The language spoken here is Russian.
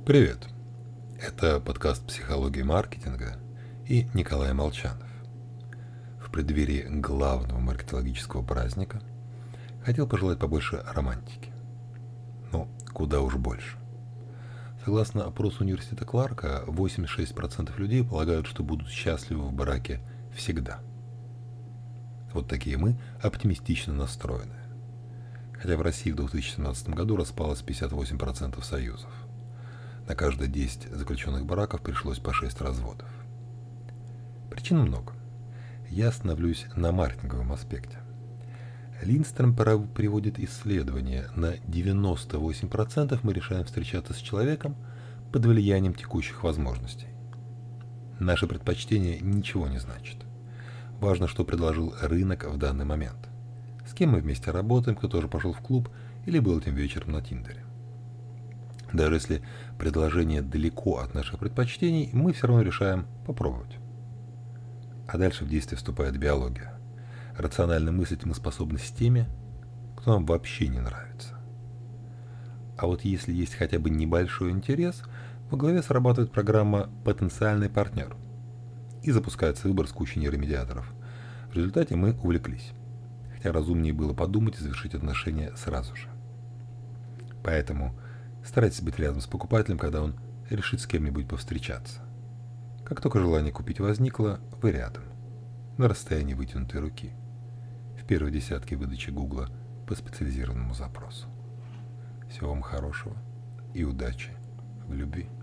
Привет! Это подкаст «Психология маркетинга» и Николай Молчанов. В преддверии главного маркетологического праздника хотел пожелать побольше романтики. Ну, куда уж больше. Согласно опросу университета Кларка, 86% людей полагают, что будут счастливы в браке всегда. Вот такие мы, оптимистично настроенные. Хотя в России в 2017 году распалось 58% союзов. На каждые 10 заключенных браков пришлось по 6 разводов. Причин много. Я остановлюсь на маркетинговом аспекте. Линдстром приводит исследование: на 98% мы решаем встречаться с человеком под влиянием текущих возможностей. Наше предпочтение ничего не значит. Важно, что предложил рынок в данный момент. С кем мы вместе работаем, кто тоже пошел в клуб или был этим вечером на Тиндере. Даже если предложение далеко от наших предпочтений, мы все равно решаем попробовать. А дальше в действие вступает биология. Рационально мыслить мы способны с теми, кто нам вообще не нравится. А вот если есть хотя бы небольшой интерес, во главе срабатывает программа «Потенциальный партнер» и запускается выбор с кучей нейромедиаторов. В результате мы увлеклись. Хотя разумнее было подумать и завершить отношения сразу же. Поэтому старайтесь быть рядом с покупателем, когда он решит с кем-нибудь повстречаться. Как только желание купить возникло, вы рядом, на расстоянии вытянутой руки, в первой десятке выдачи Гугла по специализированному запросу. Всего вам хорошего и удачи в любви.